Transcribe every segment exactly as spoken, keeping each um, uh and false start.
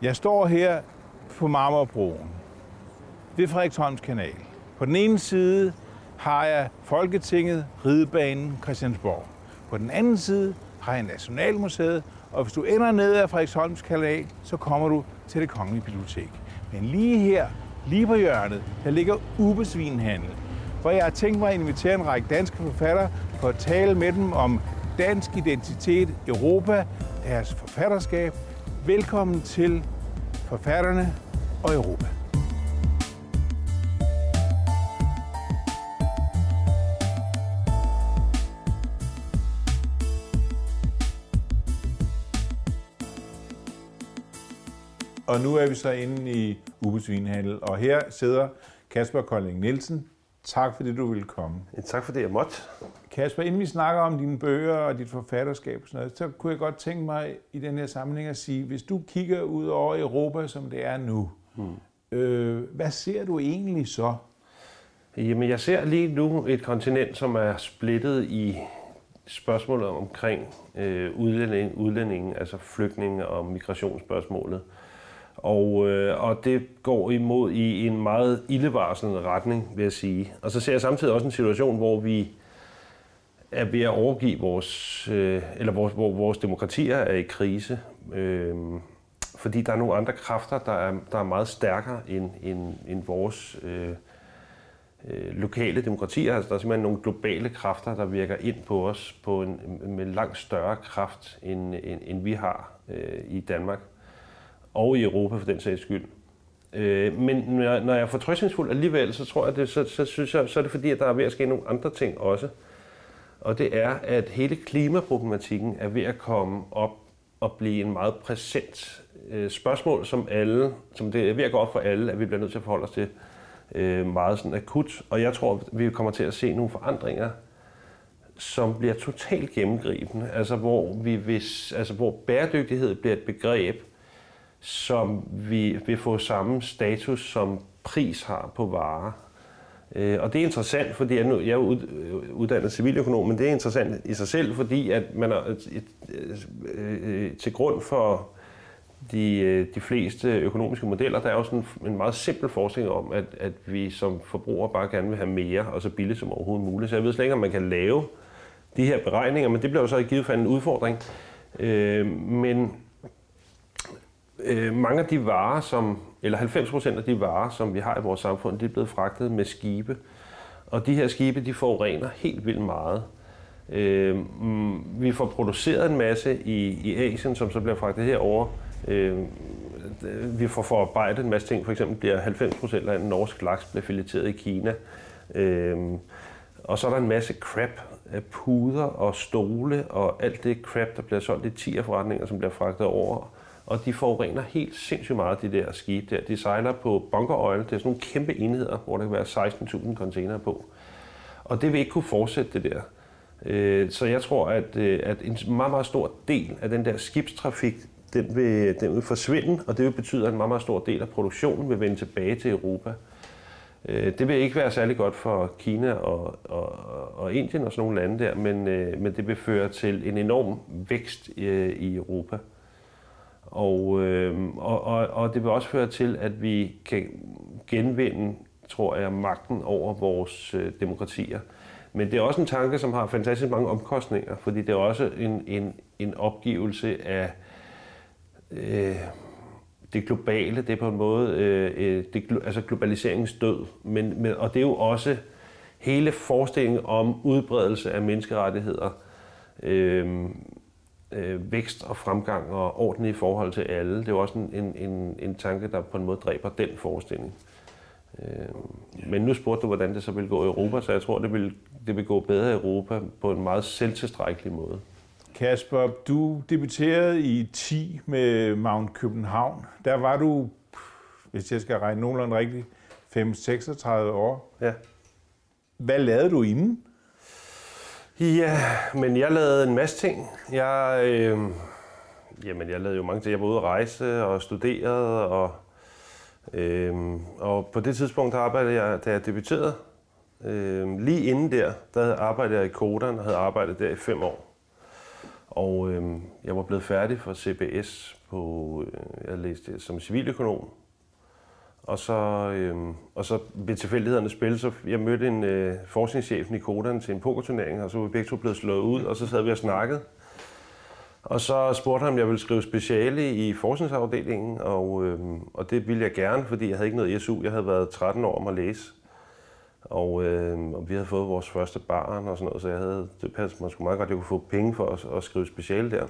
Jeg står her på Marmorbroen ved Frederiksholms Kanal. På den ene side har jeg Folketinget, Ridebanen, Christiansborg. På den anden side har jeg Nationalmuseet, og hvis du ender ned ad Frederiksholms Kanal, så kommer du til Det Kongelige Bibliotek. Men lige her, lige på hjørnet, der ligger Ubbes Svinhandel, hvor jeg har tænkt mig at invitere en række danske forfattere for at tale med dem om dansk identitet, Europa, deres forfatterskab. Velkommen til Forfatterne og Europa. Og nu er vi så inde i Ubbes Svinhandel, og her sidder Kasper Kolding Nielsen. Tak fordi du ville komme. Ja, tak fordi jeg måtte. Kasper, inden vi snakker om dine bøger og dit forfatterskab og sådan noget, så kunne jeg godt tænke mig i den her sammenhæng at sige, hvis du kigger ud over Europa, som det er nu, hmm. øh, hvad ser du egentlig så? Jamen, jeg ser lige nu et kontinent, som er splittet i spørgsmålet omkring øh, udlænding, udlændingen, altså flygtninge og migrationsspørgsmålet. Og, øh, og det går imod i en meget ildevarslende retning, vil jeg sige. Og så ser jeg samtidig også en situation, hvor vi er ved at overgive vores, øh, eller vores, hvor vores demokratier er i krise. Øh, fordi der er nogle andre kræfter, der er, der er meget stærkere end, end, end vores øh, øh, lokale demokratier. Altså, der er simpelthen nogle globale kræfter, der virker ind på os på en, med langt større kraft, end, end, end vi har øh, i Danmark. Og i Europa for den sags skyld. Øh, men når jeg er fortrøstningsfuld alligevel, så tror jeg, det, så, så, synes jeg, så er det fordi, at der er ved at ske nogle andre ting også. Og det er, at hele klimaproblematikken er ved at komme op og blive en meget præsent øh, spørgsmål, som alle, som det er ved at gå op for alle, at vi bliver nødt til at forholde os til øh, meget sådan akut. Og jeg tror, at vi kommer til at se nogle forandringer, som bliver totalt gennemgribende. Altså hvor, vi, hvis, altså hvor bæredygtighed bliver et begreb, som vi vil få samme status, som pris har på varer. Og det er interessant, fordi jeg, nu, jeg er uddannet civiløkonom, men det er interessant i sig selv, fordi at man er, et, et, et, til grund for de, de fleste økonomiske modeller, der er jo sådan en meget simpel forskning om, at, at vi som forbrugere bare gerne vil have mere, og så billigt som overhovedet muligt. Så jeg ved slet ikke, om man kan lave de her beregninger, men det bliver jo så i givet fald en udfordring. Men Øh, mange af de varer, som, eller halvfems procent af de varer, som vi har i vores samfund, de er blevet fragtet med skibe. Og de her skibe, de forurener helt vildt meget. Øh, vi får produceret en masse i, i Asien, som så bliver fragtet herover. Øh, vi får forarbejdet en masse ting. For eksempel bliver halvfems procent af en norsk laks bliver fileteret i Kina. Øh, og så er der en masse crap af puder og stole og alt det crap, der bliver solgt i tier-forretninger, som bliver fragtet over. Og de forurener helt sindssygt meget, de der skibe der. De sejler på bunker oil. Det er sådan nogle kæmpe enheder, hvor der kan være seksten tusind containere på. Og det vil ikke kunne fortsætte det der. Så jeg tror, at, at en meget, meget stor del af den der skibstrafik, den vil, den vil forsvinde, og det vil betyde, at en meget, meget stor del af produktionen vil vende tilbage til Europa. Det vil ikke være særlig godt for Kina og, og, og Indien og sådan nogle lande der, men, men det vil føre til en enorm vækst i, i Europa. Og, øh, og, og, og det vil også føre til, at vi kan genvinde, tror jeg, magten over vores øh, demokratier. Men det er også en tanke, som har fantastisk mange omkostninger, fordi det er også en, en, en opgivelse af øh, det globale. Det er på en måde øh, det, altså globaliseringens død. Men, men, og det er jo også hele forestillingen om udbredelse af menneskerettigheder. Øh, vækst og fremgang og orden i forhold til alle. Det er jo også en, en, en tanke, der på en måde dræber den forestilling. Men nu spurgte du, hvordan det så vil gå i Europa, så jeg tror, det vil, det vil gå bedre i Europa på en meget selvtilstrækkelig måde. Kasper, du debuterede i ti med Mount København. Der var du, hvis jeg skal regne nogenlunde rigtigt, fem seksogtredive år. Ja. Hvad lavede du inden? Ja, men jeg lavede en masse ting. Jeg, øh, jamen, jeg lavede jo mange ting. Jeg var ude at rejse og studerede, og, øh, og på det tidspunkt arbejdede jeg, da jeg debuterede. Øh, lige inden der, der arbejdede jeg i Codan og havde arbejdet der i fem år. Og øh, jeg var blevet færdig for C B S på på, jeg læste som civiløkonom. Og så, øh, og så ved tilfældighedernes spil, så jeg mødte en øh, forskningschef i Kodan til en pokerturnering, og så var vi begge to blevet slået ud, og så sad vi og snakkede. Og så spurgte han, om jeg ville skrive speciale i forskningsafdelingen, og, øh, og det ville jeg gerne, fordi jeg havde ikke noget S U. Jeg havde været tretten år om at læse, og, øh, og vi havde fået vores første barn og sådan noget, så jeg havde, det passede mig sgu meget godt, at jeg kunne få penge for at, at skrive speciale der.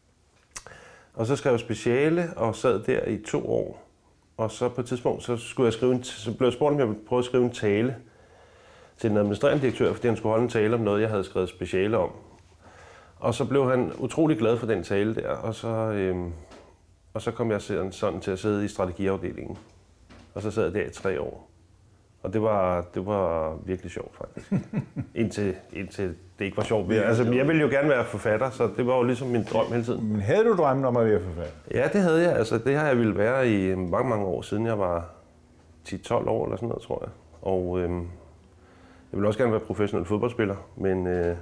Og så skrev jeg speciale og sad der i to år. Og så på et tidspunkt, så, skulle jeg skrive en, så blev jeg spurgt, om jeg ville prøve at skrive en tale til den administrerende direktør, fordi han skulle holde en tale om noget, jeg havde skrevet speciale om. Og så blev han utrolig glad for den tale der, og så, øhm, og så kom jeg sådan til at sidde i strategiafdelingen. Og så sad jeg der i tre år. Og det var, det var virkelig sjovt faktisk. indtil, indtil det ikke var sjovt. Altså, jeg ville jo gerne være forfatter, så det var jo ligesom min drøm hele tiden. Men havde du drømt om at være forfatter? Ja, det havde jeg. Altså, det har jeg ville være i mange, mange år, siden jeg var ti tolv år eller sådan noget, tror jeg. Og øhm, jeg ville også gerne være professionel fodboldspiller, men, øh,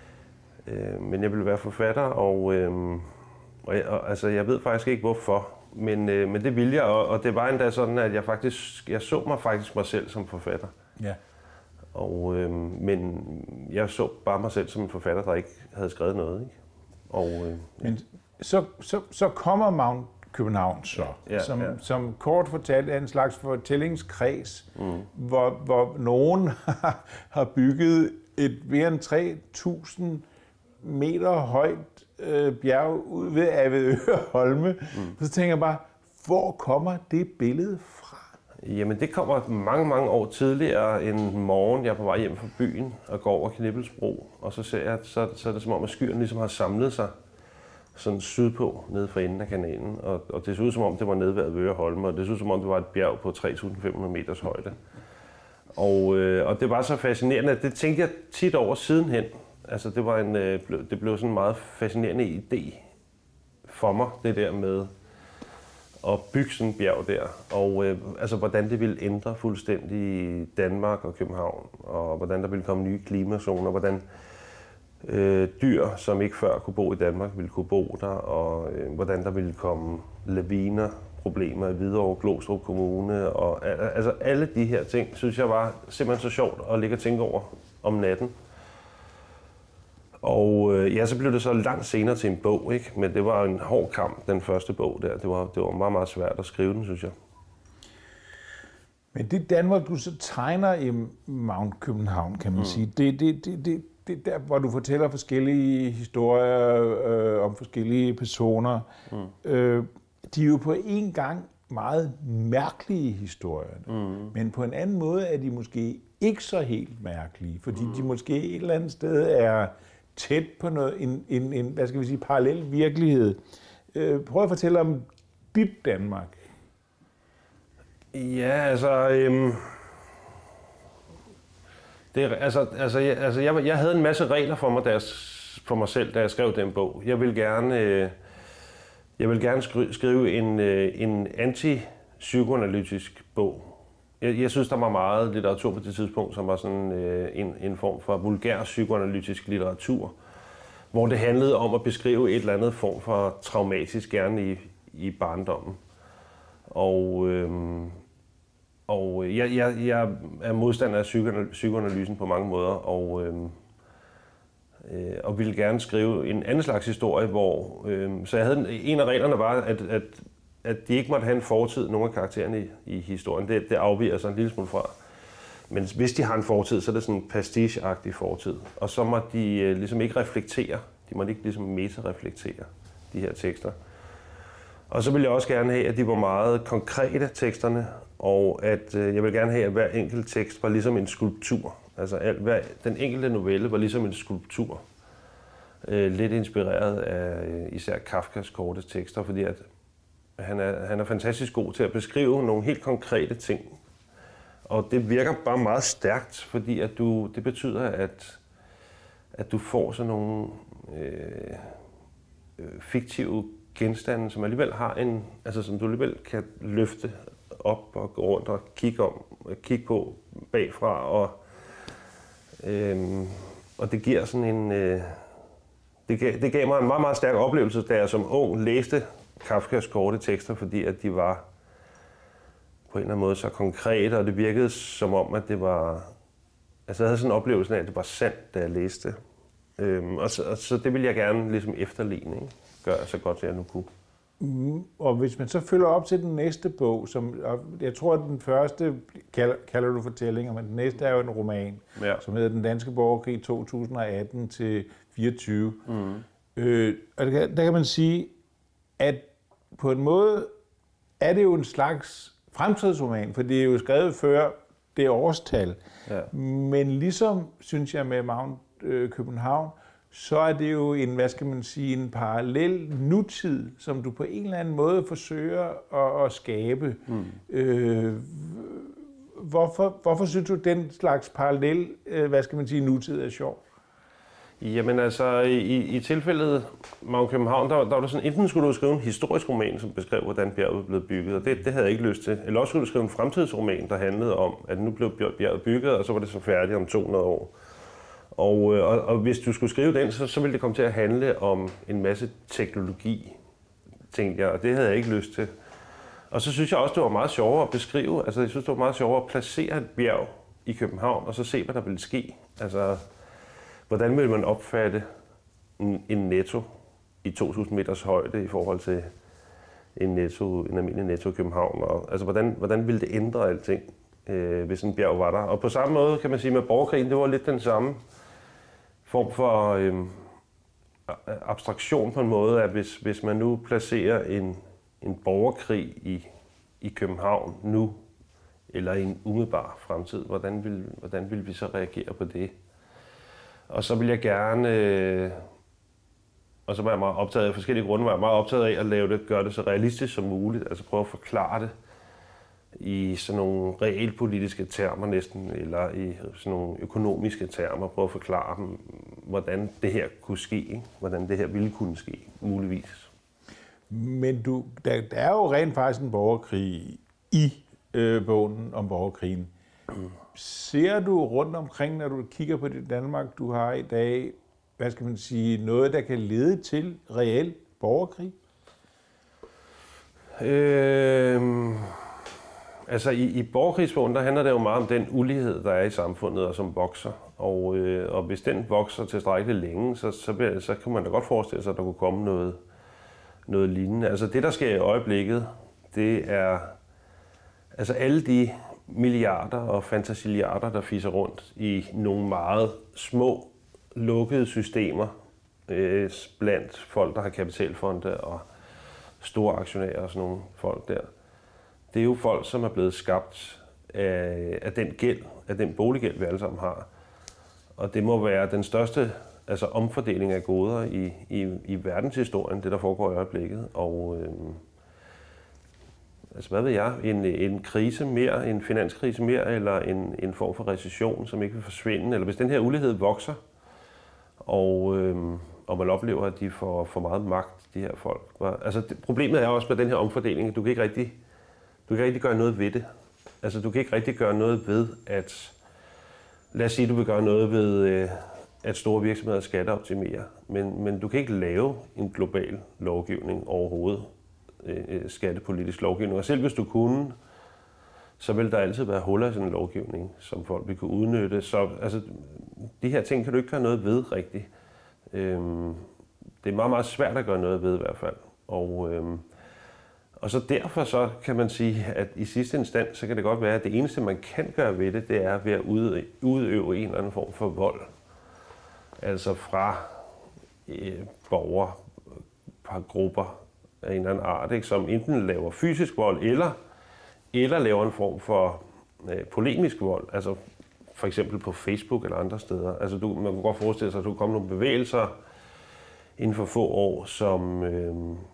øh, men jeg ville være forfatter, og, øh, og, jeg, og altså, jeg ved faktisk ikke hvorfor. Men, øh, men det ville jeg, og, og det var endda sådan, at jeg faktisk, jeg så mig faktisk mig selv som forfatter. Ja. Og, øh, men jeg så bare mig selv som en forfatter, der ikke havde skrevet noget. Ikke? Og, øh, ja. Men så, så, så kommer Mount København så, ja, som, ja. som kort fortalt er en slags fortællingskreds, mm. hvor, hvor nogen har bygget et mere end tre tusind meter højt øh, bjerg ud ved Avedøre Holme. Mm. Så tænker jeg bare, hvor kommer det billede fra? Jamen det kommer mange, mange år tidligere en morgen, jeg er på vej hjem fra byen og går over Knippelsbro, og så ser jeg, så, så er det som om, at skyerne ligesom har samlet sig sådan sydpå, nede for enden af kanalen, og, og det så ud som om, det var nede ved Avedøre Holme, og det så ud som om, det var et bjerg på tre tusind fem hundrede meters højde. Og, øh, og det var så fascinerende, det tænkte jeg tit over sidenhen. Altså det var en, øh, det blev sådan en meget fascinerende idé for mig, det der med at bygge sådan en bjerg der, og øh, altså hvordan det ville ændre fuldstændig Danmark og København, og hvordan der ville komme nye klimazoner, hvordan øh, dyr, som ikke før kunne bo i Danmark, ville kunne bo der, og øh, hvordan der ville komme laviner, problemer i Hvidovre, Glostrup Kommune, og altså alle de her ting, synes jeg var simpelthen så sjovt at ligge og tænke over om natten. Og øh, ja, så blev det så langt senere til en bog, ikke? Men det var en hård kamp, den første bog der. Det var, det var meget, meget svært at skrive den, synes jeg. Men det Danmark, du så tegner i Mount København, kan man mm. sige, det, det, det, det, det der, hvor du fortæller forskellige historier øh, om forskellige personer, mm. øh, de er jo på en gang meget mærkelige historier. Mm. Men på en anden måde er de måske ikke så helt mærkelige, fordi mm. de måske et eller andet sted er tæt på noget, en, en, en hvad skal vi sige, parallel virkelighed. Øh, prøv at fortælle om dit Danmark. Ja, altså... Øhm, det, altså, altså, jeg, altså jeg, jeg havde en masse regler for mig, da jeg, for mig selv, da jeg skrev den bog. Jeg ville gerne, øh, jeg ville gerne skri, skrive en, øh, en anti-psykoanalytisk bog. Jeg, jeg synes, der var meget litteratur på det tidspunkt, som var sådan øh, en, en form for vulgær psykoanalytisk litteratur, hvor det handlede om at beskrive et eller andet form for traumatisk, gerne i, i barndommen. Og, øh, og jeg, jeg, jeg er modstander af psykoanalysen på mange måder, og, øh, øh, og ville gerne skrive en anden slags historie, hvor... Øh, så jeg havde, en af reglerne var, at, at at de ikke måtte have en fortid, nogle af karaktererne i, i historien. Det, det afviger sig en lille smule fra. Men hvis de har en fortid, så er det sådan en pastiche-agtig fortid. Og så må de øh, ligesom ikke reflektere. De må ikke ligesom meta-reflektere de her tekster. Og så vil jeg også gerne have, at de var meget konkrete, teksterne, og at øh, jeg vil gerne have, at hver enkelt tekst var ligesom en skulptur. Altså al, hver, den enkelte novelle var ligesom en skulptur. Øh, lidt inspireret af øh, især Kafkas korte tekster, fordi at Han er, han er fantastisk god til at beskrive nogle helt konkrete ting. Og det virker bare meget stærkt, fordi at du, det betyder, at, at du får sådan nogle øh, fiktive genstande, som alligevel har en, altså som du alligevel kan løfte op og gå rundt og kigge, om, kigge på bagfra. Og, øh, og det giver sådan en... Øh, det, gav, det gav mig en meget, meget stærk oplevelse, da jeg som ung læste Kafkas korte tekster, fordi at de var på en eller anden måde så konkrete, og det virkede som om, at det var... Altså jeg havde sådan en oplevelse af, at det var sandt, da jeg læste. Øhm, og, så, og så det ville jeg gerne ligesom efterligne, ikke? Gøre så godt, jeg nu kunne. Mm, og hvis man så følger op til den næste bog, som jeg tror, at den første kalder, kalder du fortællinger, men den næste er jo en roman, ja. Som hedder Den danske borgerkrig to tusind og atten til fireogtyve. Mm. Øh, og der, der kan man sige, at på en måde er det jo en slags fremtidsroman, for det er jo skrevet før det årstal. Ja. Men ligesom, synes jeg, med Mount øh, København, så er det jo en, hvad skal man sige, en parallel nutid, som du på en eller anden måde forsøger at, at skabe. Mm. Øh, hvorfor, hvorfor synes du, den slags parallel, øh, hvad skal man sige, nutid er sjov? Jamen altså, i, i tilfældet Mount København, der, der var der sådan, enten skulle du skrive en historisk roman, som beskrev, hvordan bjerget var blevet bygget, og det, det havde jeg ikke lyst til. Eller også skulle du skrive en fremtidsroman, der handlede om, at nu blev bjerget bygget, og så var det så færdigt om to hundrede år. Og, og, og hvis du skulle skrive den, så, så ville det komme til at handle om en masse teknologi, tænkte jeg, og det havde jeg ikke lyst til. Og så synes jeg også, det var meget sjovere at beskrive, altså jeg synes, det var meget sjovere at placere et bjerg i København, og så se, hvad der ville ske. Altså, hvordan vil man opfatte en, en netto i to tusind meters højde i forhold til en, netto, en almindelig netto i København? Og, altså, hvordan, hvordan ville det ændre alting, øh, hvis en bjerg var der? Og på samme måde kan man sige med borgerkrigen, det var lidt den samme form for øh, abstraktion på en måde, at hvis, hvis man nu placerer en, en borgerkrig i, i København nu, eller i en umiddelbar fremtid, hvordan vil, hvordan vil vi så reagere på det? Og så vil jeg gerne, øh, og så var jeg meget optaget af forskellige grunde, var jeg meget optaget af at lave det, gøre det så realistisk som muligt, altså prøve at forklare det i sådan nogle realpolitiske termer næsten, eller i sådan nogle økonomiske termer, prøve at forklare dem, hvordan det her kunne ske, ikke? Hvordan det her ville kunne ske, muligvis. Men du, der, der er jo rent faktisk en borgerkrig i øh, bogen om borgerkrigen. Mm. Ser du rundt omkring, når du kigger på det Danmark, du har i dag, hvad skal man sige, noget, der kan lede til reel borgerkrig? Øh... Altså i, i borgerkrigsbogen, der handler det jo meget om den ulighed, der er i samfundet og som vokser. Og, øh, og hvis den vokser tilstrækkeligt længe, så, så, så kan man da godt forestille sig, at der kunne komme noget, noget lignende. Altså det, der sker i øjeblikket, det er altså alle de milliarder og fantasiliarder, der fiser rundt i nogle meget små, lukkede systemer øh, blandt folk, der har kapitalfonde og store aktionærer og sådan nogle folk der. Det er jo folk, som er blevet skabt af, af den gæld, af den boliggæld, vi alle sammen har. Og det må være den største altså omfordeling af goder i, i, i verdenshistorien, det der foregår i øjeblikket. Og øhm, altså hvad ved jeg, en, en krise mere, en finanskrise mere, eller en, en form for recession, som ikke vil forsvinde. Eller hvis den her ulighed vokser, og, øhm, og man oplever, at de får for meget magt, de her folk. Altså det, problemet er også med den her omfordeling, du kan ikke rigtig Du kan ikke rigtig gøre noget ved det. Altså, du kan ikke rigtig gøre noget ved, at... Lad os sige, at du vil gøre noget ved, at store virksomheder skatteoptimerer. Men, men du kan ikke lave en global lovgivning overhovedet. Skattepolitisk lovgivning. Og selv hvis du kunne, så vil der altid være huller i sådan en lovgivning, som folk vil kunne udnytte. Så altså, de her ting kan du ikke gøre noget ved rigtigt. Øhm, det er meget, meget svært at gøre noget ved i hvert fald. Og... Øhm, Og så derfor så kan man sige, at i sidste instans, så kan det godt være, at det eneste, man kan gøre ved det, det er ved at udøve en eller anden form for vold. Altså fra øh, borgere, par grupper af en eller anden art, ikke, som enten laver fysisk vold, eller, eller laver en form for øh, polemisk vold. Altså for eksempel på Facebook eller andre steder. Altså du, man kan godt forestille sig, at du kommer nogle bevægelser inden for få år, som... Øh,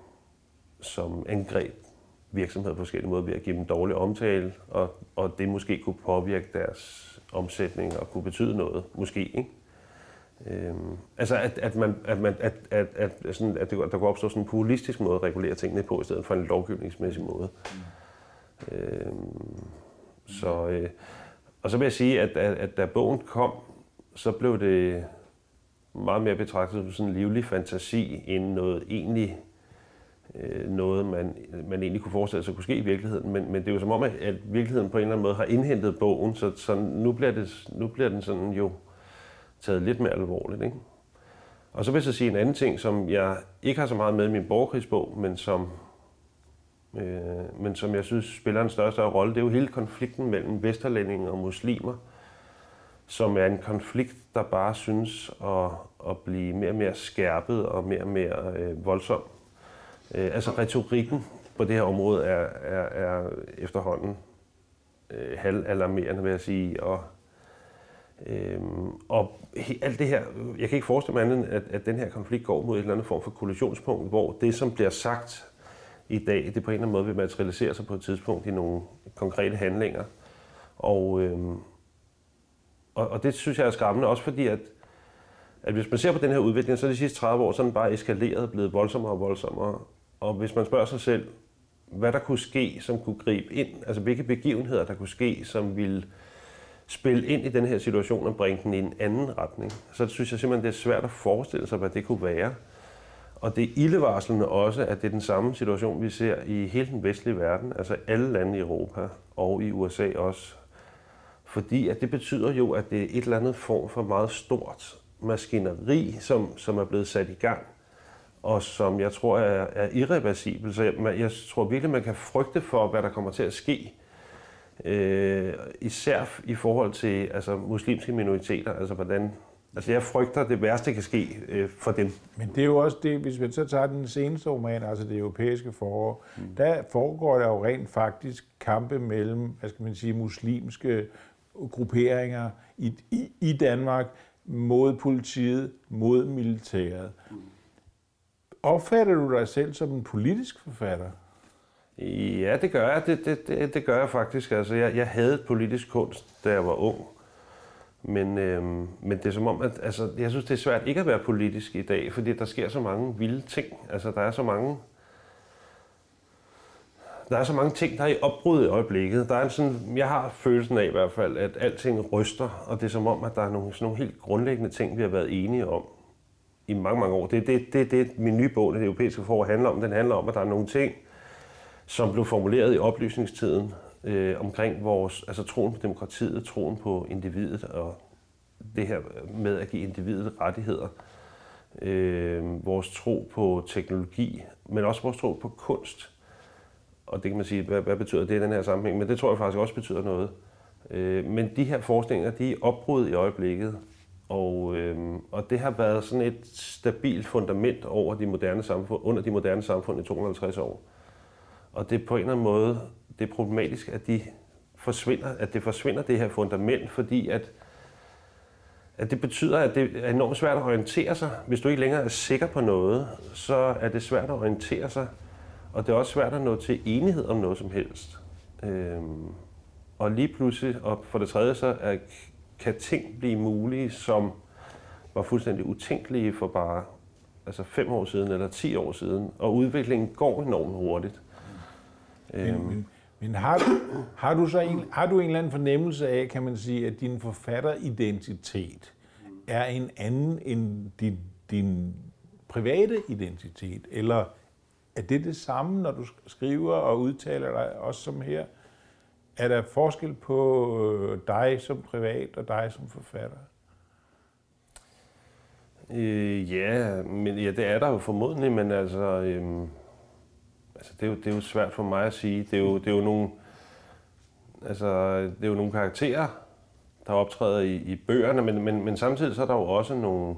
som angreb virksomheder på forskellige måder ved at give dem dårlig omtale, og, og det måske kunne påvirke deres omsætning og kunne betyde noget, måske, ikke? Øhm, altså at, at, man, at, man, at, at, at, sådan, at der kunne opstå sådan en populistisk måde at regulere tingene på, i stedet for en lovgivningsmæssig måde. Mm. Øhm, så, øh, og så vil jeg sige, at, at, at da bogen kom, så blev det meget mere betragtet som sådan en livlig fantasi, end noget egentlig øh, noget, man, man egentlig kunne forestille sig kunne ske i virkeligheden. Men, men det er jo som om, at virkeligheden på en eller anden måde har indhentet bogen, så, så nu, bliver det, nu bliver den sådan jo taget lidt mere alvorligt, ikke? Og så vil jeg sige en anden ting, som jeg ikke har så meget med i min borgerkrigsbog, men som, øh, men som jeg synes spiller en større og større rolle, det er jo hele konflikten mellem vesterlændinge og muslimer, som er en konflikt, der bare synes at, at blive mere og mere skærpet og mere og mere øh, voldsom. Øh, altså retorikken på det her område er, er, er efterhånden øh, halvalarmerende, vil jeg sige. Og, øh, og alt det her, jeg kan ikke forestille mig andet, at, at den her konflikt går mod et eller andet form for kollisionspunkt, hvor det, som bliver sagt i dag, det på en eller anden måde vil materialisere sig på et tidspunkt i nogle konkrete handlinger. Og øh, Og, og det synes jeg er skræmmende, også fordi, at, at hvis man ser på den her udvikling, så de sidste tredive år, så er den bare eskaleret, blevet voldsommere og voldsommere. Og hvis man spørger sig selv, hvad der kunne ske, som kunne gribe ind, altså hvilke begivenheder, der kunne ske, som ville spille ind i den her situation og bringe den i en anden retning, så synes jeg simpelthen, det er svært at forestille sig, hvad det kunne være. Og det er ildevarslende også, at det er den samme situation, vi ser i hele den vestlige verden, altså alle lande i Europa og i U S A også. Fordi at det betyder jo, at det er et eller andet form for meget stort maskineri, som, som er blevet sat i gang, og som jeg tror er, er irreversibel. Så jeg, jeg tror virkelig, man kan frygte for, hvad der kommer til at ske. Øh, især i forhold til altså, muslimske minoriteter. Altså, hvordan, altså jeg frygter, at det værste kan ske øh, for dem. Men det er jo også det, hvis vi så tager den seneste roman, altså det europæiske forår, mm. der foregår der jo rent faktisk kampe mellem, hvad skal man sige, muslimske grupperinger i, i, i Danmark mod politiet, mod militæret. Opfatter du dig selv som en politisk forfatter? Ja, det gør jeg. Det, det, det, det gør jeg faktisk. Altså, jeg, jeg havde politisk kunst, da jeg var ung. Men, øhm, men det er som om, at altså, jeg synes, det er svært ikke at være politisk i dag, fordi der sker så mange vilde ting. Altså, der er så mange... Der er så mange ting, der er i opbrud i øjeblikket. Der er en sådan, jeg har følelsen af i hvert fald, at alting ryster, og det er som om, at der er nogle, sådan nogle helt grundlæggende ting, vi har været enige om i mange, mange år. Det er det, det, det, min nye bog, Det Europæiske Forår, handler om. Den handler om, at der er nogle ting, som blev formuleret i oplysningstiden øh, omkring vores, altså troen på demokratiet, troen på individet og det her med at give individet rettigheder. Øh, vores tro på teknologi, men også vores tro på kunst. Og det kan man sige, hvad, hvad betyder det i den her sammenhæng? Men det tror jeg faktisk også betyder noget. Øh, men de her forskninger, de er opbrud i øjeblikket. Og, øh, og det har været sådan et stabilt fundament over de moderne samfund, under de moderne samfund i to hundrede og halvtreds år. Og det er på en eller anden måde, det er problematisk, at, de forsvinder, at det forsvinder det her fundament, fordi at, at det betyder, at det er enormt svært at orientere sig. Hvis du ikke længere er sikker på noget, så er det svært at orientere sig. Og det er også svært at nå til enighed om noget som helst. Øhm, og lige pludselig, og for det tredje, så er, kan ting blive mulige, som var fuldstændig utænkelige for bare altså fem år siden eller ti år siden. Og udviklingen går enormt hurtigt. Men, øhm. men, men har, du, har, du så en, har du en eller anden fornemmelse af, kan man sige, at din forfatteridentitet er en anden end din, din private identitet? Eller er det det samme, når du skriver og udtaler dig, også som her? Er der forskel på dig som privat og dig som forfatter? Øh, ja, men, ja, det er der jo formodentlig, men altså, øhm, altså det, er jo, det er jo svært for mig at sige. Det er jo, det er jo, nogle, altså, det er jo nogle karakterer, der optræder i, i bøgerne, men, men, men samtidig så er der jo også nogle...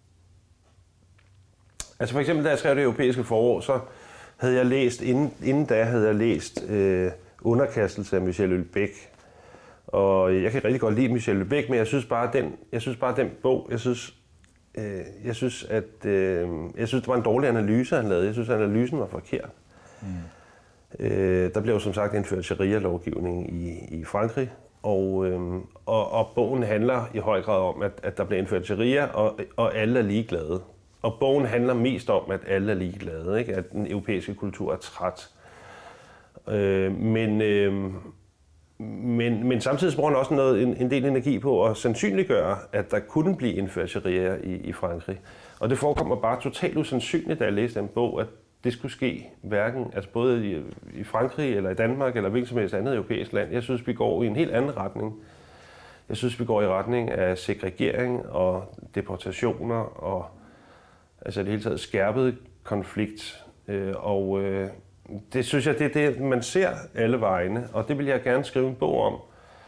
Altså for eksempel, da jeg skrev Det Europæiske Forår, så havde jeg læst, inden, inden da havde jeg læst øh, Underkastelse af Michel Houellebecq. Og jeg kan rigtig godt lide Michel Houellebecq, men jeg synes bare, den, jeg synes bare, den bog, jeg synes, øh, jeg synes, at øh, jeg synes, det var en dårlig analyse, han lavede. Jeg synes, at analysen var forkert. Mm. Øh, der blev jo som sagt indført sharia-lovgivning i, i Frankrig, og, øh, og, og bogen handler i høj grad om, at, at der blev indført sharia, og, og alle er ligeglade. Og bogen handler mest om, at alle er ligeglade, ikke? At den europæiske kultur er træt. Øh, men, øh, men, men samtidig bruger han også noget, en, en del energi på at sandsynliggøre, at der kunne blive indført sharia i, i Frankrig. Og det forekommer bare totalt usandsynligt, da jeg læste den bog, at det skulle ske, hverken altså både i, i Frankrig eller i Danmark eller hvilket som helst andet europæisk land. Jeg synes, vi går i en helt anden retning. Jeg synes, vi går i retning af segregering og deportationer og altså det hele taget skærpet konflikt. Og øh, det synes jeg, det er det, man ser alle vegne, og det vil jeg gerne skrive en bog om.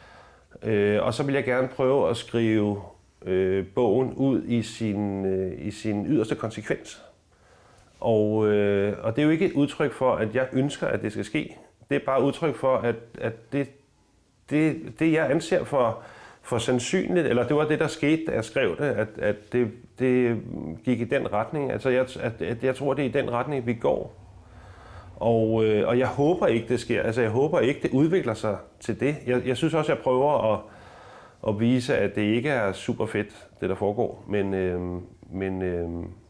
Øh, og så vil jeg gerne prøve at skrive øh, bogen ud i sin, øh, i sin yderste konsekvens. Og, øh, og det er jo ikke et udtryk for, at jeg ønsker, at det skal ske. Det er bare et udtryk for, at, at det, det, det, jeg anser for, for sandsynligt, eller det var det, der skete, da jeg skrev det, at, at det, det gik i den retning. Altså, jeg, at, at jeg tror, det er i den retning, vi går. Og, øh, og jeg håber ikke, det sker. Altså, jeg håber ikke, det udvikler sig til det. Jeg, jeg synes også, jeg prøver at, at vise, at det ikke er super fedt, det der foregår. Men, øh, men, øh,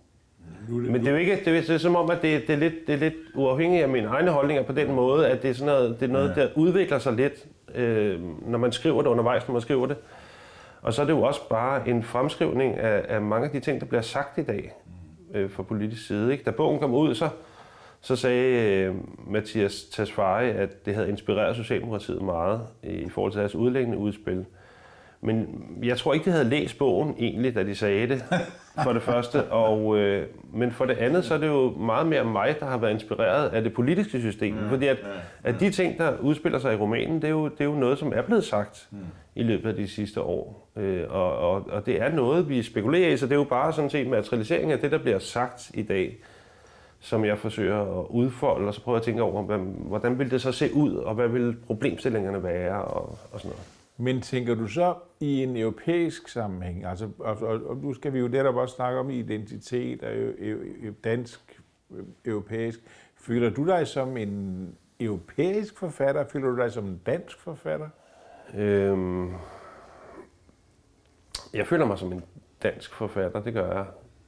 men det er jo ikke, det er, det er som om, at det, det, er lidt, det er lidt uafhængigt af mine egne holdninger på den måde, at det er, sådan noget, det er noget, der udvikler sig lidt, øh, når man skriver det undervejs, når man skriver det. Og så er det jo også bare en fremskrivning af, af mange af de ting, der bliver sagt i dag øh, fra politisk side. Ikke? Da bogen kom ud, så Så sagde øh, Mattias Tesfaye, at det havde inspireret Socialdemokratiet meget i forhold til deres udlæggende udspil. Men jeg tror ikke, de havde læst bogen egentlig, da de sagde det, for det første. Og, øh, men for det andet, så er det jo meget mere mig, der har været inspireret af det politiske system. Ja, fordi at, ja, ja. at de ting, der udspiller sig i romanen, det er jo, det er jo noget, som er blevet sagt mm. i løbet af de sidste år. Øh, og, og, og det er noget, vi spekulerer i, så det er jo bare sådan set materialisering af det, der bliver sagt i dag, som jeg forsøger at udfolde, og så prøver jeg at tænke over, hvordan vil det så se ud, og hvad vil problemstillingerne være, og, og sådan noget. Men tænker du så i en europæisk sammenhæng, altså, og, og, og nu skal vi jo netop også snakke om identitet, og dansk, europæisk. Føler du dig som en europæisk forfatter, føler du dig som en dansk forfatter? Øhm, jeg føler mig som en dansk forfatter, det gør jeg.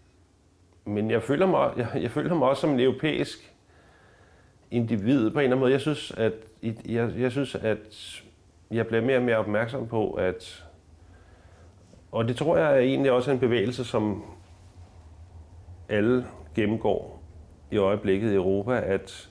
Men jeg føler mig, jeg, jeg føler mig også som en europæisk individ på en eller anden måde. Jeg synes, at jeg, jeg synes, at jeg bliver mere og mere opmærksom på, at og det tror jeg er egentlig også en bevægelse, som alle gennemgår i øjeblikket i Europa, at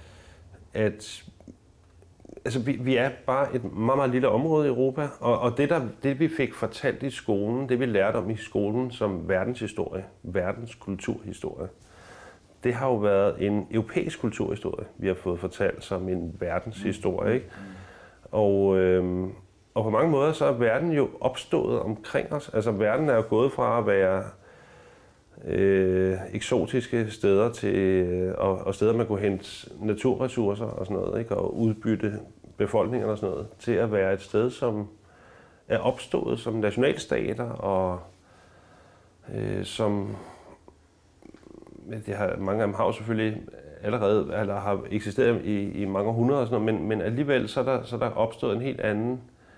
at altså vi, vi er bare et meget, meget lille område i Europa, og, og det, der, det vi fik fortalt i skolen, det vi lærte om i skolen som verdenshistorie, verdenskulturhistorie, det har jo været en europæisk kulturhistorie, vi har fået fortalt som en verdenshistorie. Ikke? Og, øhm, og på mange måder så er verden jo opstået omkring os. Altså verden er jo gået fra at være øh, eksotiske steder til, øh, og, og steder, man kunne hente naturressourcer og sådan noget, ikke? Og udbytte befolkningerne og sådan noget, til at være et sted, som er opstået som nationalstater og øh, som det har, mange af dem har jo selvfølgelig allerede eller har eksisteret i, i mange hundrede og sådan noget, men, men alligevel så er, der, så er der opstået en helt anden,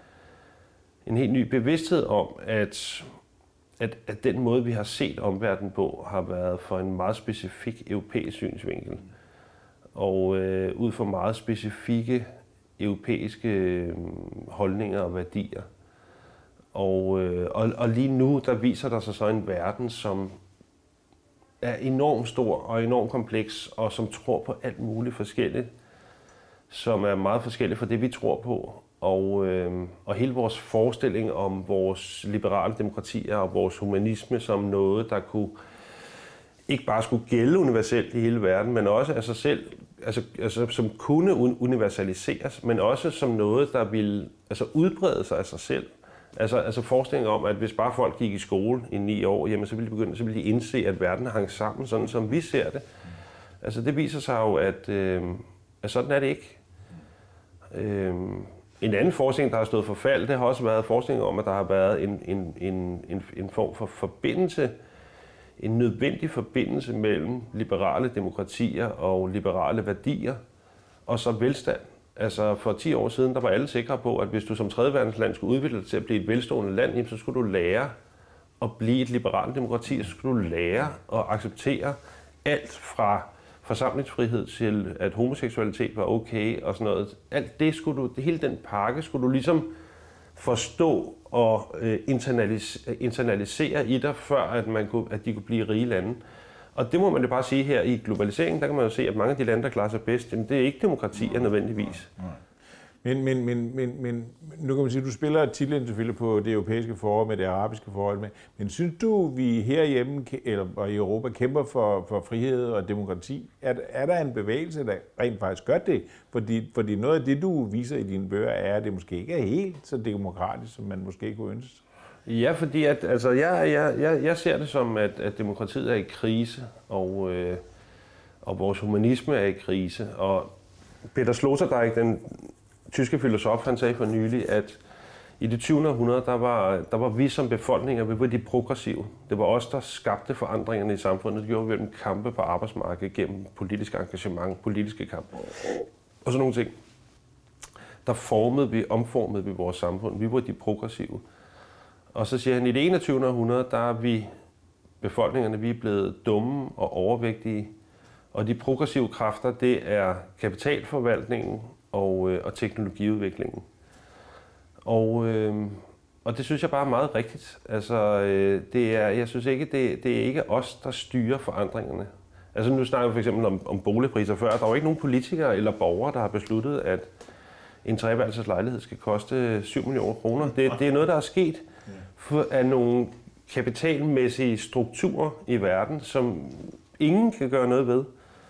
en helt ny bevidsthed om, at, at, at den måde, vi har set omverdenen på, har været for en meget specifik europæisk synsvinkel. Og øh, ud fra meget specifikke europæiske øh, holdninger og værdier. Og, øh, og, og lige nu, der viser der sig så en verden, som er enormt stor og enormt kompleks, og som tror på alt muligt forskelligt, som er meget forskelligt fra det, vi tror på. Og, øh, og hele vores forestilling om vores liberale demokratier og vores humanisme som noget, der kunne ikke bare skulle gælde universelt i hele verden, men også af sig selv, altså, altså som kunne universaliseres, men også som noget, der ville altså, udbrede sig af sig selv. Altså, altså forestillingen om, at hvis bare folk gik i skole i ni år, jamen, så ville de begynde, så ville de indse, at verden hang sammen, sådan som vi ser det. Altså det viser sig jo, at, øh, at sådan er det ikke. Øh, en anden forskning, der har stået for fald, det har også været forskning om, at der har været en, en, en, en, en form for forbindelse, en nødvendig forbindelse mellem liberale demokratier og liberale værdier, og så velstand. Altså for ti år siden, der var alle sikre på, at hvis du som tredjeverdensland skulle udvikle dig til at blive et velstående land, jamen, så skulle du lære at blive et liberalt demokrati, så skulle du lære at acceptere alt fra forsamlingsfrihed til, at homoseksualitet var okay og sådan noget. Alt det skulle du, det hele den pakke skulle du ligesom forstå og øh, internalis- internalisere i dig, før at, man kunne, at de kunne blive rige lande. Og det må man jo bare sige her i globaliseringen, der kan man jo se, at mange af de lande, der klarer sig bedst, jamen det er ikke demokratier nødvendigvis. Men, men, men, men, men nu kan man sige, at du spiller titlen selvfølgelig på det europæiske forhold med det arabiske forhold, men, men synes du, vi herhjemme eller og i Europa kæmper for, for frihed og demokrati? Er, er der en bevægelse, der rent faktisk gør det? Fordi, fordi noget af det, du viser i dine bøger, er, at det måske ikke er helt så demokratisk, som man måske kunne ønske. Ja, fordi at, altså, jeg, jeg, jeg, jeg ser det som, at, at demokratiet er i krise, og, øh, og vores humanisme er i krise. Og Peter Sloterdijk, den tyske filosof, han sagde for nylig, at i det tyvende århundrede, der var, der var vi som befolkninger, vi var de progressive. Det var os, der skabte forandringerne i samfundet. Det gjorde vi gennem kampe på arbejdsmarkedet, gennem politisk engagement, politiske kampe og sådan nogle ting. Der formede vi, omformede vi vores samfund. Vi var de progressive. Og så siger han, at i det enogtyvende århundrede, der er vi, befolkningerne, vi er blevet dumme og overvægtige. Og de progressive kræfter, det er kapitalforvaltningen og, øh, og teknologiudviklingen. Og, øh, og det synes jeg bare er meget rigtigt. Altså, øh, det er, jeg synes ikke, det, det er ikke os, der styrer forandringerne. Altså nu snakker vi for eksempel om, om boligpriser før. Der er jo ikke nogen politikere eller borgere, der har besluttet, at en treværelses lejlighed skal koste syv millioner kroner. Det, det er noget, der er sket af nogle kapitalmæssige strukturer i verden, som ingen kan gøre noget ved.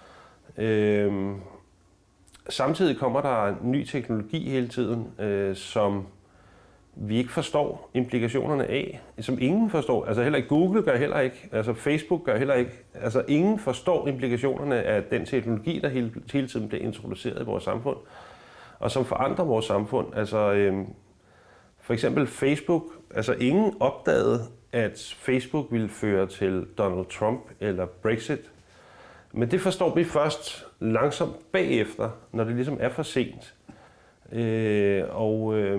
Øhm, samtidig kommer der ny teknologi hele tiden, øh, som vi ikke forstår implikationerne af, som ingen forstår. Altså heller ikke Google gør heller ikke, altså Facebook gør heller ikke. Altså ingen forstår implikationerne af den teknologi, der hele, hele tiden bliver introduceret i vores samfund, og som forandrer vores samfund. Altså øh, for eksempel Facebook, altså ingen opdagede, at Facebook ville føre til Donald Trump eller Brexit. Men det forstår vi først langsomt bagefter, når det ligesom er for sent. Øh, og, øh,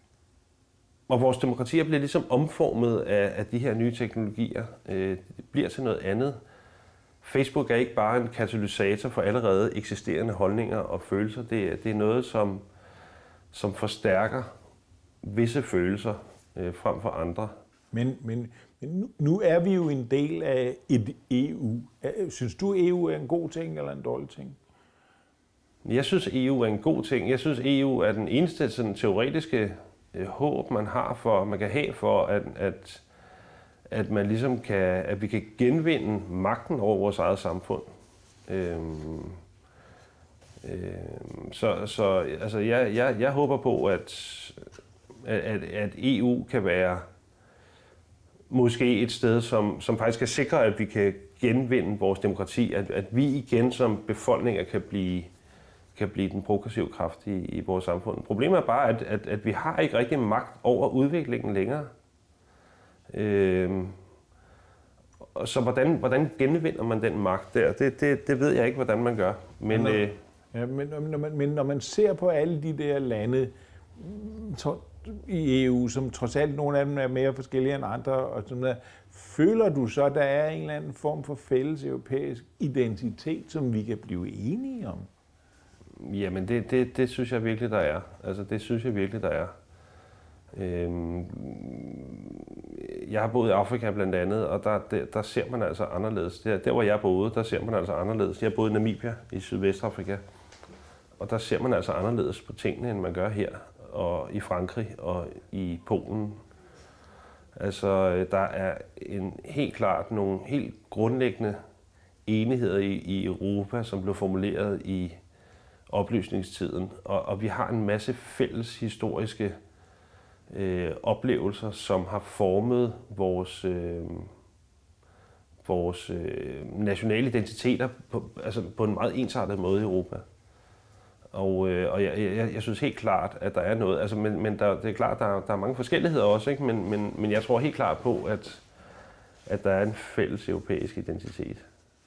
og vores demokratier bliver ligesom omformet af, af de her nye teknologier. Øh, det bliver til noget andet. Facebook er ikke bare en katalysator for allerede eksisterende holdninger og følelser. Det er, det er noget, som, som forstærker visse følelser øh, frem for andre. Men, men, men nu, nu er vi jo en del af et E U. Synes du, E U er en god ting eller en dårlig ting? Jeg synes, E U er en god ting. Jeg synes, E U er den eneste sådan, teoretiske øh, håb, man har for, man kan have for, at, at, at man ligesom kan, at vi kan genvinde magten over vores eget samfund. Øhm, øhm, så så altså, jeg, jeg, jeg håber på, at, at, at E U kan være måske et sted, som, som faktisk kan sikre, at vi kan genvinde vores demokrati, at, at vi igen som befolkninger kan blive, kan blive den progressive kraft i, i vores samfund. Problemet er bare, at, at, at vi har ikke rigtig magt over udviklingen længere. Øhm, så hvordan, hvordan genvinder man den magt der? Det, det, det ved jeg ikke, hvordan man gør. Men, når, øh, ja, men, når man, men når man ser på alle de der lande to, i E U, som trods alt nogle af dem er mere forskellige end andre, og sådan der, føler du så, at der er en eller anden form for fælles europæisk identitet, som vi kan blive enige om? Jamen, det, det, det synes jeg virkelig, der er. Altså, det synes jeg virkelig, der er. Øhm, jeg har boet i Afrika blandt andet, og der, der, der ser man altså anderledes. Der, der, hvor jeg boede, der ser man altså anderledes. Jeg boede i Namibia i Sydvestafrika, og der ser man altså anderledes på tingene, end man gør her, og i Frankrig og i Polen. Altså, der er en, helt klart nogle helt grundlæggende enigheder i, i Europa, som blev formuleret i oplysningstiden, og, og vi har en masse fælles historiske øh, oplevelser, som har formet vores, øh, vores øh, nationale identiteter på, altså på en meget ensartet måde i Europa. Og, øh, og jeg, jeg, jeg synes helt klart, at der er noget, altså, men, men der, det er klart, der, der er mange forskelligheder også, ikke? Men, men, men jeg tror helt klart på, at, at der er en fælles europæisk identitet.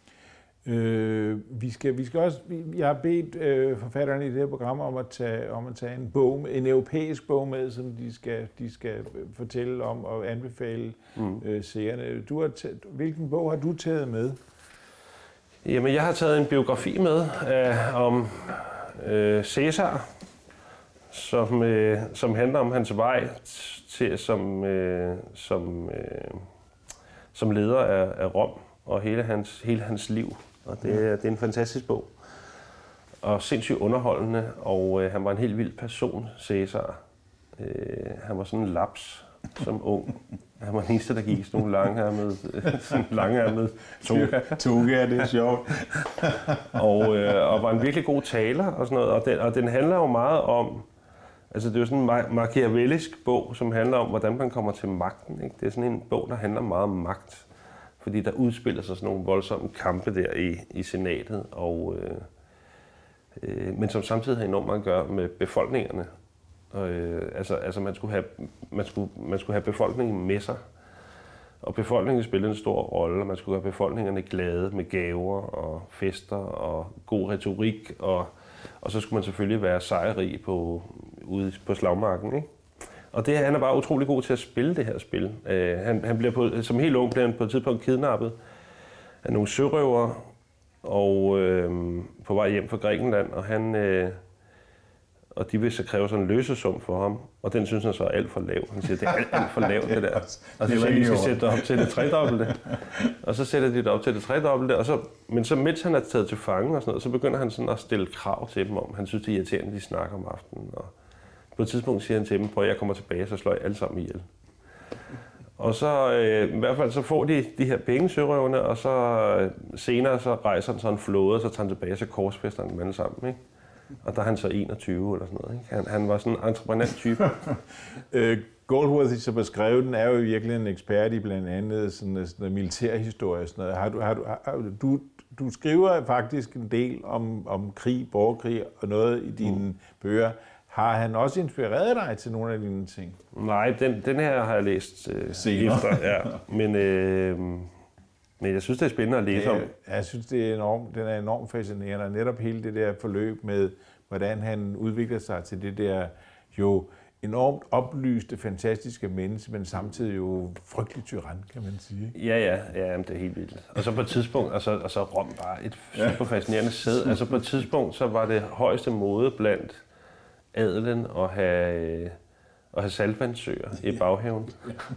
Øh, vi skal, vi skal også, jeg har bedt øh, forfatterne i det her program om at tage, om at tage en bog, en europæisk bog med, som de skal, de skal fortælle om og anbefale mm. øh, seerne. Du har taget, hvilken bog har du taget med? Jamen, jeg har taget en biografi med øh, om øh, Cæsar, som, øh, som handler om hans vej til, som, øh, som, øh, som leder af, af Rom. og hele hans, hele hans liv. Og det, det er en fantastisk bog. Og sindssygt underholdende, og øh, han var en helt vild person, Cæsar. Øh, han var sådan en laps som ung. Han var den eneste, der gik i sådan nogle langærmede, sådan langærmede toga. Toga, det er sjovt. og, øh, og var en virkelig god taler og sådan noget. Og den, og den handler jo meget om, altså det er jo sådan en machiavellisk bog, som handler om, hvordan man kommer til magten. Ikke? Det er sådan en bog, der handler meget om magt. Fordi der udspiller sig sådan nogle voldsomme kampe der i, i senatet. Og, øh, øh, men som samtidig har enormt meget at gøre med befolkningerne. Og, øh, altså, altså man, skulle have, man, skulle, man skulle have befolkningen med sig. Og befolkningen spillede en stor rolle, og man skulle have befolkningerne glade med gaver og fester og god retorik. Og, og så skulle man selvfølgelig være sejrrig på, ude på slagmarken. Ikke? Og det, han er bare utrolig god til at spille det her spil. Øh, han, han bliver på, som helt ung bliver han på et tidspunkt kidnappet af nogle sørøvere og øh, på vej hjem fra Grækenland, og han... Øh, Og de vil så kræve sådan en løsesum for ham, og den synes han så er alt for lav. Han siger, det er alt, alt for lavt, det der. Og så siger de, skal sætte det op til det tredobbelte. Og så sætter de det op til det tredobbelte, og så, men så mens han er taget til fange og sådan noget, så begynder han sådan at stille krav til dem om. Han synes, det er irriterende, de snakker om aftenen. Og på et tidspunkt siger han til dem, prøv at jeg kommer tilbage, så slår jeg alle sammen ihjel. Og så øh, i hvert fald så får de de her penge, sørøverne, og så øh, senere så rejser han så en flåde, og så tager han tilbage, så korsfester han dem alle sammen, ikke? Og der er han så enogtyve eller sådan noget. Ikke? Han, han var sådan en entreprenant type. øh, Goldworthy, som har skrevet den, er jo virkelig en ekspert i blandt andet sådan, sådan militærhistorie. Sådan noget. Har du, har du, har, du, du skriver faktisk en del om, om krig, borgerkrig og noget i dine mm. bøger. Har han også inspireret dig til nogle af dine ting? Nej, den, den her har jeg læst øh, efter. Ja. Men, øh, men jeg synes, det er spændende at læse om. Ja, jeg synes, det er enormt, den er enormt fascinerende. Netop hele det der forløb med, hvordan han udvikler sig til det der jo enormt oplyste, fantastiske menneske, men samtidig jo frygtelig tyran, kan man sige. Ja, ja, ja, det er helt vildt. Og så på et tidspunkt, og så, og så Rom var et super fascinerende sæd. Altså på et tidspunkt, så var det højeste mode blandt adelen at have, at have saltvandssøer i baghaven.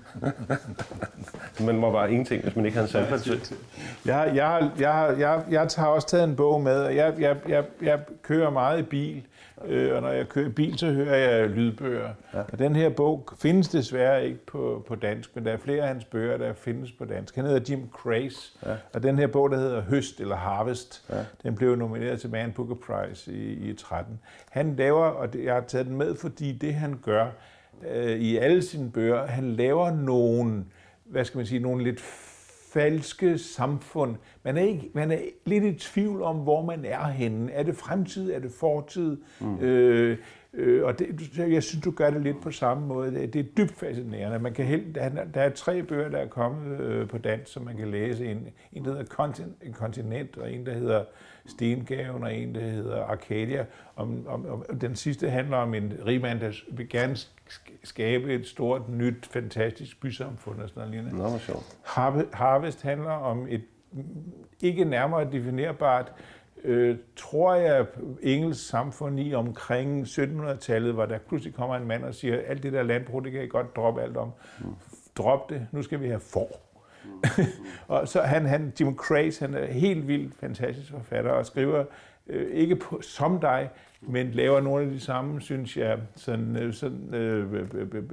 Man må bare ingenting, hvis man ikke havde en saltvandssø. Jeg, jeg, jeg, jeg, jeg har også taget en bog med, og jeg, jeg, jeg, jeg kører meget i bil, øh, og når jeg kører i bil, så hører jeg lydbøger. Ja. Og den her bog findes desværre ikke på, på dansk, men der er flere af hans bøger, der findes på dansk. Han hedder Jim Crace, ja. Og den her bog, der hedder Høst eller Harvest, ja. Den blev nomineret til Man Booker Prize i, i tretten. Han laver, og jeg har taget den med, fordi det han gør øh, i alle sine bøger, han laver nogle, hvad skal man sige, nogle lidt falske samfund. Man er, ikke, man er lidt i tvivl om, hvor man er henne. Er det fremtid? Er det fortid? Mm. Øh, øh, og det, jeg synes, du gør det lidt på samme måde. Det, det er dybt fascinerende. Man kan helt, der, der er tre bøger, der er kommet øh, på dansk, som man kan læse. En, en der hedder Kontinent, Kontinent, og en, der hedder Stengaven, og en, der hedder Arcadia. Om, om, om, den sidste handler om en rigmand, der vil gerne skabe et stort, nyt, fantastisk bysamfund og sådan noget. Nå, hvor sjovt. Harvest handler om et ikke nærmere definerbart, øh, tror jeg, engelsk samfund i omkring syttenhundredetallet, hvor der pludselig kommer en mand og siger, alt det der landbrug, det kan I godt droppe alt om. Mm. Drop det, nu skal vi have får. Mm. Og så han, han, Jim Crace, han er helt vildt fantastisk forfatter og skriver øh, ikke på, som dig, men laver nogle af de samme, synes jeg, sådan, sådan øh, øh, øh, øh,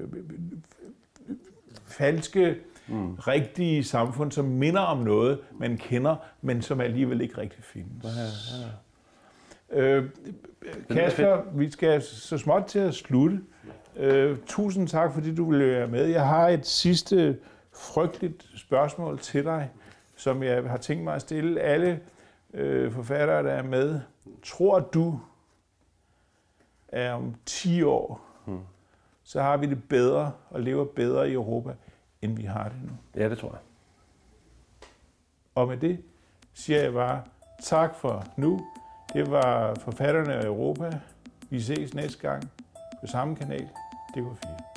falske, mm. rigtige samfund, som minder om noget, man kender, men som alligevel ikke rigtig findes. Ja, ja. Øh, Kasper, vi skal så småt til at slutte. Øh, tusind tak, fordi du ville være med. Jeg har et sidste frygteligt spørgsmål til dig, som jeg har tænkt mig at stille alle øh, forfattere, der er med. Tror du, at om ti år, hmm. så har vi det bedre og lever bedre i Europa, end vi har det nu? Ja, det tror jeg. Og med det siger jeg bare tak for nu. Det var Forfatterne af Europa. Vi ses næste gang på samme kanal, D K fire.